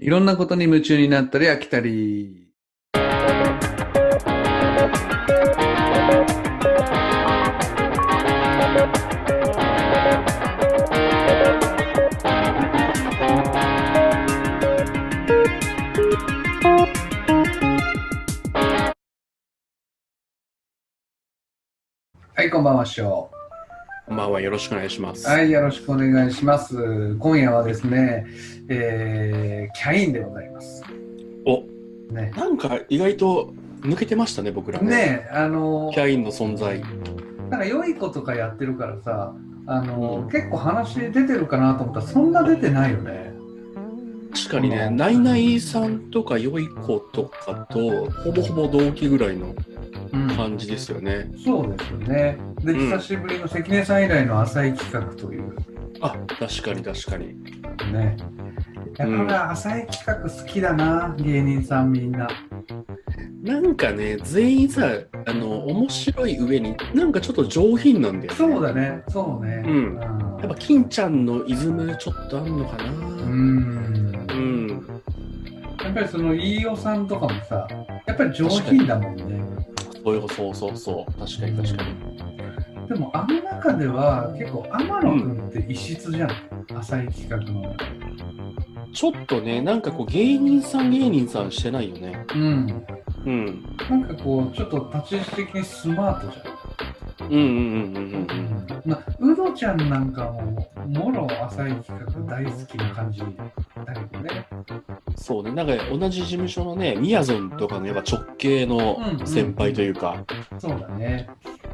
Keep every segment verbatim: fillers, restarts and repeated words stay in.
いろんなことに夢中になったり飽きたり。はい、こんばんは、しょう。 こんばんは、よろしくお願いします。 はい、よろしくお願いします。今夜はですね、えー、キャインでございます。 お、 ね、 なんか意外と抜けてましたね、僕らね。 ね、あのキャインの存在。 なんか良い子とかやってるからさ、あの、 うん、 結構話出てるかなと思ったらそんな出てないよね。 確かにね、ナイナイさんとか良い子とかとほぼほぼ同期ぐらいの感じですよね。 うん、そうですよね。で、 うん、 久しぶりの関根さん以来の浅い企画という。 あ、確かに確かに。 ね。やっぱ浅い企画好きだな、芸人さんみんな。 なんかね、全員さ、あの、面白い上に、なんかちょっと上品なんだよね。 そうだね、そうね。 うん。やっぱ金ちゃんのイズムちょっとあんのかな。うーん。 うん。 やっぱりその飯尾さんとかもさ、やっぱり上品だもんね。 そうそうそうそう、確かに確かに。 でもあの中では結構天野くんって異質じゃん、うん、浅い企画の。 ちょっとね、なんかこう芸人さん芸人さんしてないよね。 うん。 うん。 なんかこうちょっと立ち位置的にスマートじゃん。 うんうんうんうんうんまあ、うどちゃんなんかももろ浅い企画大好きな感じだけどね。 そうね、なんか同じ事務所のね、みやぞんとかのやっぱ直系の先輩というか。 うんうん、そうだね。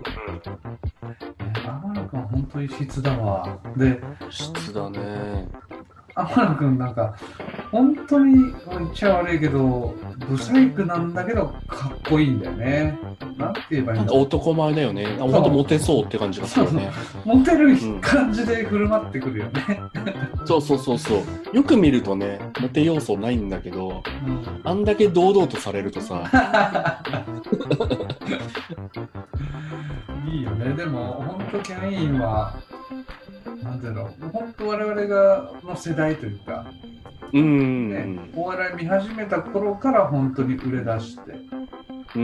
天野くん本当に質だわ。で、 質だね。 天野くんなんか本当に言っちゃ悪いけどブサイクなんだけどかっこいいんだよね。なんて言えばいいんだろう。 男前だよね。本当モテそうって感じがするよね。 モテる感じで振る舞ってくるよね。 うん、そうそうそうそう。よく見るとね、モテ要素ないんだけど、うん、あんだけ堂々とされるとさ。 いいよね。でも本当キャインはなんだろう。本当我々がの世代というか。 うん、 ね、お笑い見始めた頃から本当に売れ出して、 うん、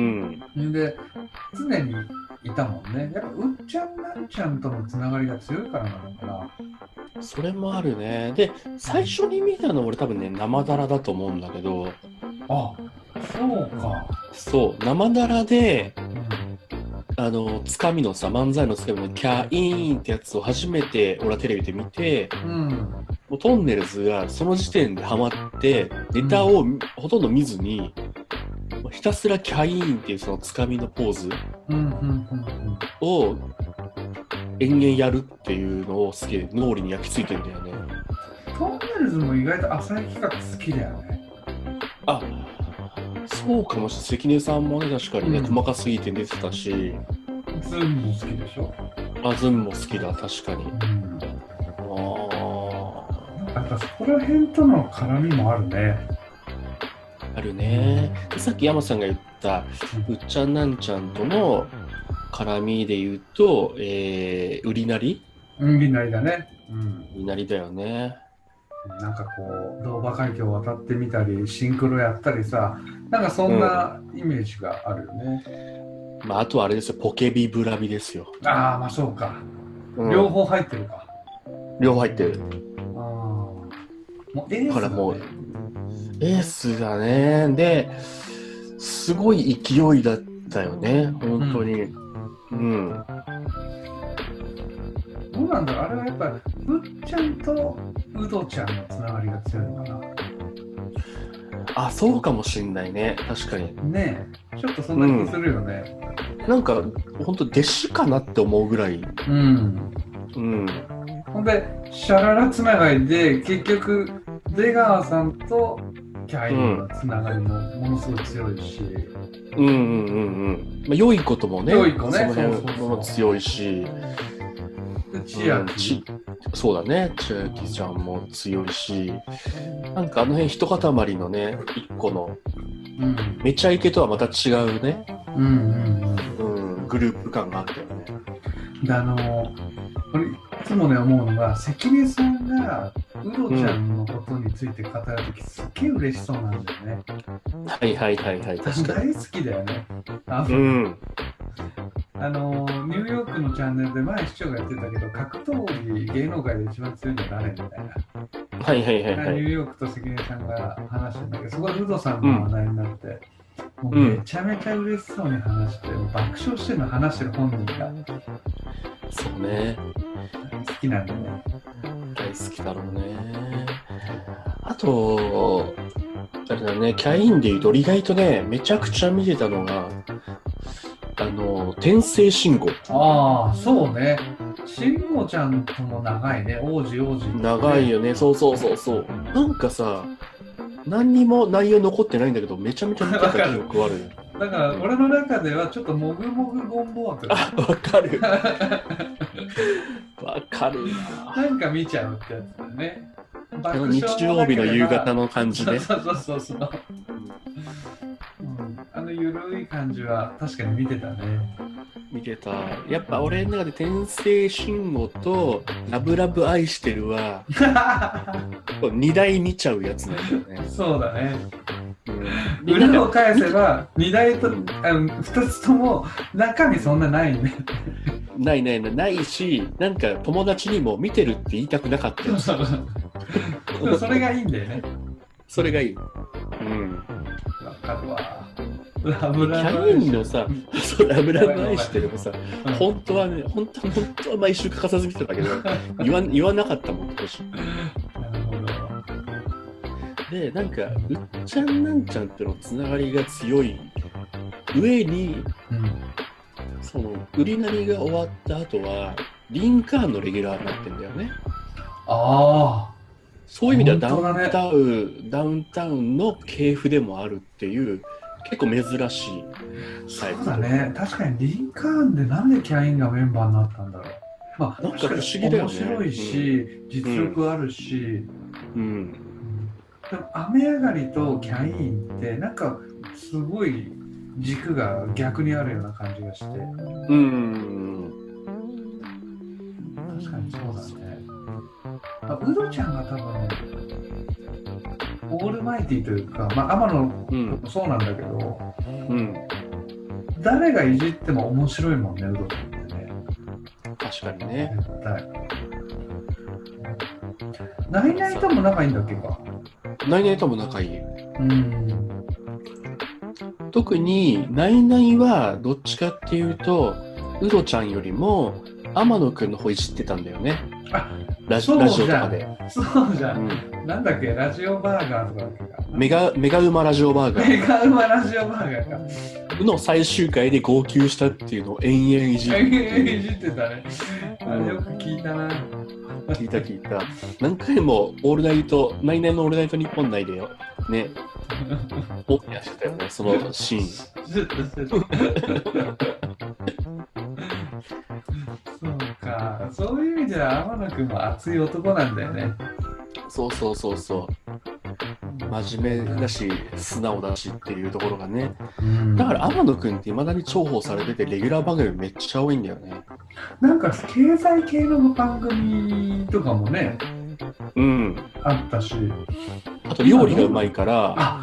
で常にいたもんね。やっぱうっちゃんなんちゃんとのつながりが強いからなのかな。 それもあるね。で最初に見たの俺多分ね生だらだと思うんだけど。 あ、そうか。 そう生だらで、うん、あのつかみのさ漫才のつかみのキャイーンってやつを初めて俺はテレビで見て。うん、もうトンネルズがその時点でハマってネタをほとんど見ずに、うん、ひたすらキャイーンっていうそのつかみのポーズを延々やるっていうのをすげえ脳裏に焼き付いてるんだよね。 トンネルズも意外と浅い企画好きだよね。 あ、そうかもしれない。関根さんもね確かにね、うん、細かすぎて出てたし。 ズンも好きでしょ。 あ、ズンも好きだ確かに。うん、 やっぱそこら辺との絡みもあるね。 あるね。さっき山さんが言ったうっちゃんなんちゃんとの絡みで言うと、えー、売りなり売りなりだね。 うん、売りなりだよね。 なんかこうドーバ海峡を渡ってみたりシンクロやったりさ、なんかそんなイメージがあるよね。 うん、まああとはあれですよ、ポケビブラビですよ。 ああ、まあそうか。うん、両方入ってるか。 両方入ってる。 もうエースだね。 からもうエースだね。ですごい勢いだったよね、本当に。うん。うん、 どうなんだろう、あれはやっぱぶっちゃんとうどちゃんのつながりが強いのかな。 あ、そうかもしんないね、確かに。 ねえ、ちょっとそんな気するよね。 うん、なんか本当弟子かなって思うぐらい。 うん。うん。ほんでシャララつながりで結局出川さんとキャインのつながりもものすごい強いし、 うんうんうんうん、まあ、良いこともね、 良い子ね、 その辺も強いし、 千秋、うん、 そうだね、千秋ちゃんも強いし、なんかあの辺一塊のね、一個の、うん、めちゃイケとはまた違うね、うんうんうんうん、グループ感があったよね。 で、あの、俺いつもね思うのが関根さんがうどちゃんのことについて語るとき、すっげえ嬉しそうなんだよね。 はいはいはいはい、確かに。 大好きだよね。あうん。 あのニューヨークのチャンネルで前市長がやってたけど、格闘技芸能界で一番強いのは誰みたいな。 はいはいはいはい。 ニューヨークと関根さんが話してんだけど、そこでウドさんの話題になって、うん、もうめちゃめちゃ嬉しそうに話して、うん、爆笑してるの話してる本人が。 そうね。 好きなんだね。 大好きだろうね。あと、あれだね、キャインでいうと意外とね、めちゃくちゃ見てたのが、あの、天聖信号。 ああ、そうね。慎吾ちゃんとも長いね、王子王子、ね。 長いよね、そうそうそうそう。なんかさ、何にも内容残ってないんだけど、めちゃめちゃ見てた記憶ある。 だから、俺の中ではちょっともぐもぐゴンボワク。 あ、わかる。わかるな。 なんか見ちゃうってやつだよね。 あの日曜日の夕方の感じね。 そうそうそうそう。うん、あのゆるい感じは確かに見てたね。 見てた。やっぱ俺の中で天聖慎吾とラブラブ愛してるは二台見ちゃうやつなんだよね。 そうだね。 うん、 裏を返せば二台とあの二つとも中身そんなないね。 ないないないないし、なんか友達にも見てるって言いたくなかったやつ。 それがいいんだよね。 それがいい。うん。 わかるわ。ラブラブ。 キャインのさ、そうラブラブ愛してるもさ、うん、本当はね、本当は本当は毎週欠かさず見てたけど、言わ言わなかったもん、今年。 なるほど。 で、なんか、うっちゃんなんちゃんとのつながりが強い上に、うん、その売りなりが終わった後は、リンカーンのレギュラーになってんだよね。 ああ。 そういう意味ではダウンタウン、ね、ダウンタウンの系譜でもあるっていう結構珍しいタイプ。 そうだね。確かにリンカーンでなんでキャインがメンバーになったんだろう。まあ、 なんか不思議だよね。 面白いし、うん、実力あるし、 うんうん、 でも雨上がりとキャインってなんかすごい軸が逆にあるような感じがして。 うん。 確かにそうだね。あ、ウドちゃんが多分オールマイティというか、まあ天野もそうなんだけど、 うん、 誰がいじっても面白いもんね、ウドちゃんってね。 確かにね。 絶対。ナイナイとも仲いいんだっけか。 ナイナイとも仲いい。 うん。 特にナイナイはどっちかっていうと、ウドちゃんよりも天野くんの方いじってたんだよね。 あ、 ラジ, ラジオとかで。 そうじゃん。うん、なんだっけ、ラジオバーガーとかだっけか。 メガ、メガウマラジオバーガー。 メガウマラジオバーガーか。 の最終回で号泣したっていうのを延々いじって。 延々いじってたね。あれよく聞いたな。 聞いた聞いた。何回もオールナイト、ナイナイのオールナイト日本内でよ。ね。オンエアしてたよね、そのシーン。 そうか。そういう意味では天野くんも熱い男なんだよね。 そうそうそうそう。真面目だし、素直だしっていうところがね。うん、だから天野くんって未だに重宝されてて、レギュラー番組めっちゃ多いんだよね。 なんか経済系の番組とかもね、 うん、 あったし。 あと料理がうまいから、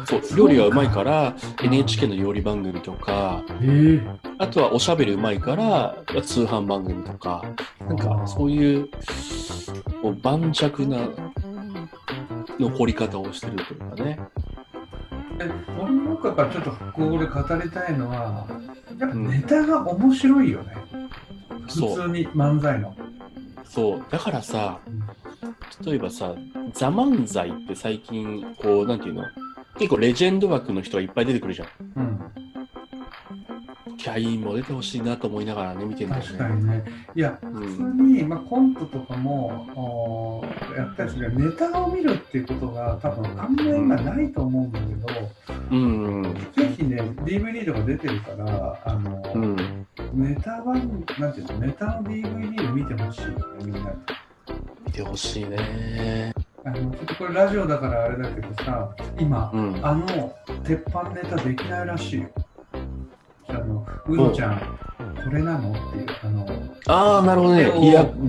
そう料理がうまいから エヌエイチケー の料理番組とか、あとはおしゃべりうまいから通販番組とか、なんかそういうもう盤石な残り方をしてるというかね。 え、俺の中からちょっとここで語りたいのは、やっぱネタが面白いよね。うん、普通に漫才の。 そう、だからさ、例えばさ、ザ・漫才って最近、こう、なんていうの、結構レジェンド枠の人がいっぱい出てくるじゃん。うん。キャインも出てほしいなと思いながらね、見てるんだよね。 確かにね。いや、うん、普通に、まあ、コントとかもやったりするけど、ネタを見るっていうことが多分あんまり今ないと思うんだけど、うん、ぜひね、ディーブイディー とか出てるから、あの、うん、ネタ版、なんていうの、ネタの ディーブイディー を見てほしいよね、みんな。 見てほしいね。 あのちょっとこれラジオだからあれだけどさ、今、うん、あの鉄板ネタできないらしいよ。あのウドちゃん、これなのっていう、あのああ、なるほどね。いや、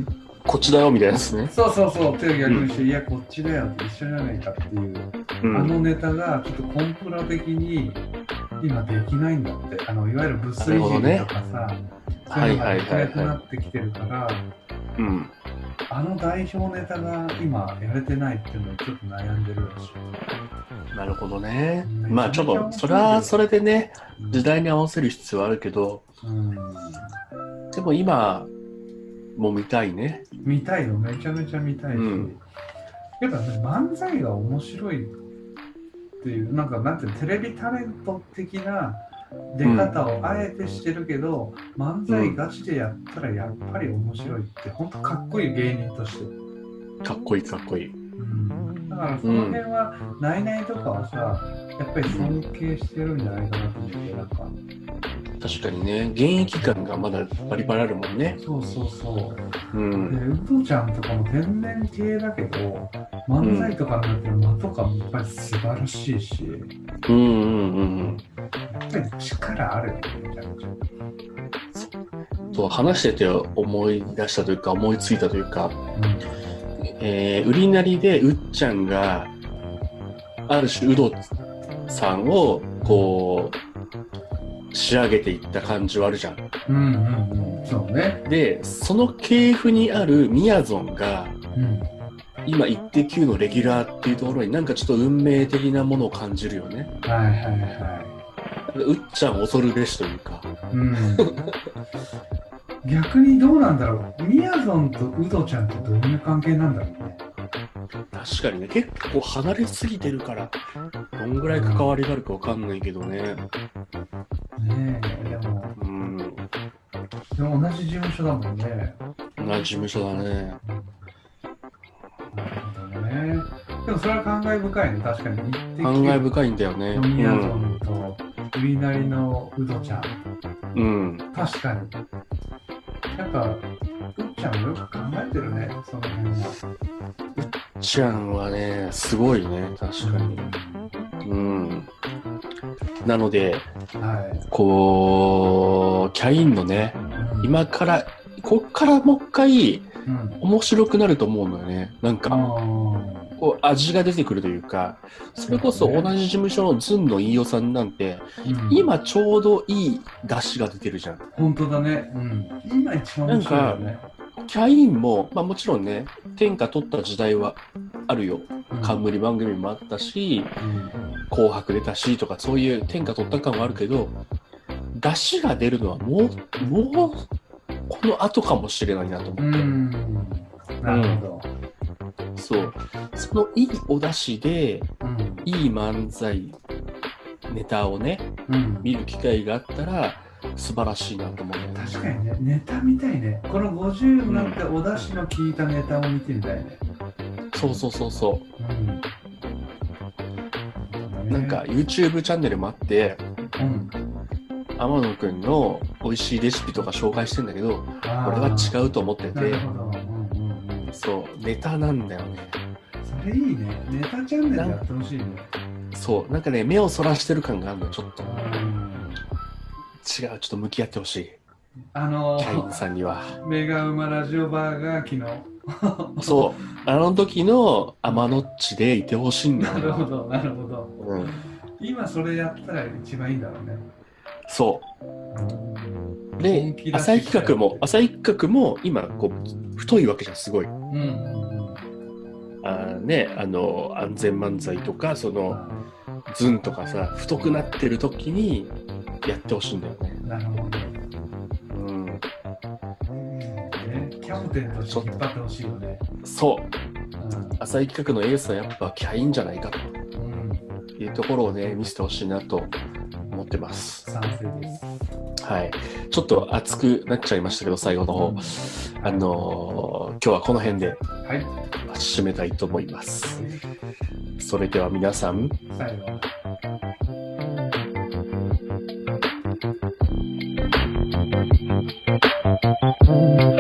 こっちだよみたいなやつね。 そうそうそう、手を逆にして、うん、いや、こっちだよって一緒じゃないかっていう、うん、あのネタがちょっとコンプラ的に今できないんだって。あのいわゆる物粋人とかさ、ね、そういうのができなくなってきてるから、うん、あの代表ネタが今やれてないっていうのをちょっと悩んでるらしい。 なるほどね。まあちょっとそれはそれでね、うん、時代に合わせる必要はあるけど、うん、でも今も見たいね。 見たいよ、めちゃめちゃ見たいし、うん、やっぱ、ね、漫才が面白いっていう、なんかなんていうの、テレビタレント的な出方をあえてしてるけど、うん、漫才ガチでやったらやっぱり面白いって、本当かっこいい芸人として。 かっこいいかっこいい。 うん、だからその辺は、ナイナイとかはさ、やっぱり尊敬してるんじゃないかなと思って、なんか。 確かにね、現役感がまだバリバリあるもんね。 そうそうそう。うん、で、ウドちゃんとかも天然系だけど、漫才とかになってる間とかもやっぱり素晴らしいし、うんうんうん、やっぱり力あるよね、めちゃめちゃ。 そう、話してて思い出したというか、思いついたというか、うん、えー、売りなりでうっちゃんが、ある種、ウドさんを、こう、仕上げていった感じはあるじゃん。うんうんうん、そうね。で、その系譜にあるみやぞんが、うん、今、イッテ Q のレギュラーっていうところになんかちょっと運命的なものを感じるよね。はいはいはい。うっちゃん恐るべしというか。うん、 逆にどうなんだろう。みやぞんとウドちゃんってどういう関係なんだろうね。 確かにね、結構離れすぎてるから、どんぐらい関わりがあるかわかんないけどね。 ねえ、でも、うん、でも同じ事務所だもんね。 同じ事務所だね。なるほどね。でもそれは感慨深いね、確かに。 感慨深いんだよね。 みやぞんと、売りなりのウドちゃん。うん。確かに。やっぱ、うっちゃんもよく考えてるね、その辺は。 うっちゃんはね、すごいね、確かに。うん。うんなので、はい、こうキャインのね、うん、今からこっからもう一回、うん、面白くなると思うのよね。なんかこう味が出てくるというか、それこそ同じ事務所のズンの飯尾さんなんて、うん、今ちょうどいい出汁が出てるじゃん。 本当だね。うん、今一番面白いよね。 なんかキャインも、まあ、もちろんね天下取った時代はあるよ。冠番組もあったし、うん、紅白出たしとかそういう天下取った感はあるけど、出汁が出るのはもうもうこの後かもしれないなと思って。うんなるほど、うん、そうそのいいお出汁で、うん、いい漫才ネタをね、うん、見る機会があったら素晴らしいなと思う、ね、 確かにね、ネタ見たいね。このごじゅうになってお出汁の効いたネタを見てみたいね。 そうそうそうそう、うん、なんか YouTube チャンネルもあって、うん、天野くんの美味しいレシピとか紹介してんだけど、俺は違うと思ってて、うんうんうん、そうネタなんだよね。 それいいね。ネタチャンネルやってほしいね。 そうなんかね、目をそらしてる感があるのちょっと、うん、違う、ちょっと向き合ってほしい。 あのー、 キャインさんにはメガウマラジオバーが昨日そうあの時の天野っちでいてほしいんだよ。 なるほどなるほど、うん、今それやったら一番いいんだろうね。 そう、うん、で浅井企画も浅井企画も今こう太いわけじゃん、すごい、うんうんうん、あね、あの安全漫才とかそのズンとかさ、太くなってる時にやってほしいんだよね。 なるほど、うん、ね、キャプテンとして引っ張ってほしいよね。 そう、うん、浅井企画のエースはやっぱキャインじゃないかと、うん、いうところをね見せてほしいなと思ってます。 賛成です。 はい、ちょっと熱くなっちゃいましたけど最後の方、うん、あのー、今日はこの辺で、はい、締めたいと思います。それでは皆さん、さようなら。Thank you.